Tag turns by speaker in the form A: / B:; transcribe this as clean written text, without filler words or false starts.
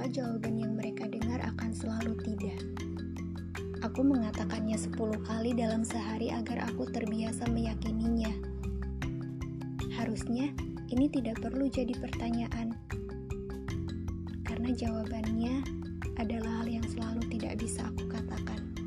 A: maka jawaban yang mereka dengar akan selalu tidak. Aku mengatakannya 10 kali dalam sehari agar aku terbiasa meyakininya. Harusnya ini tidak perlu jadi pertanyaan, karena jawabannya adalah hal yang selalu tidak bisa aku katakan.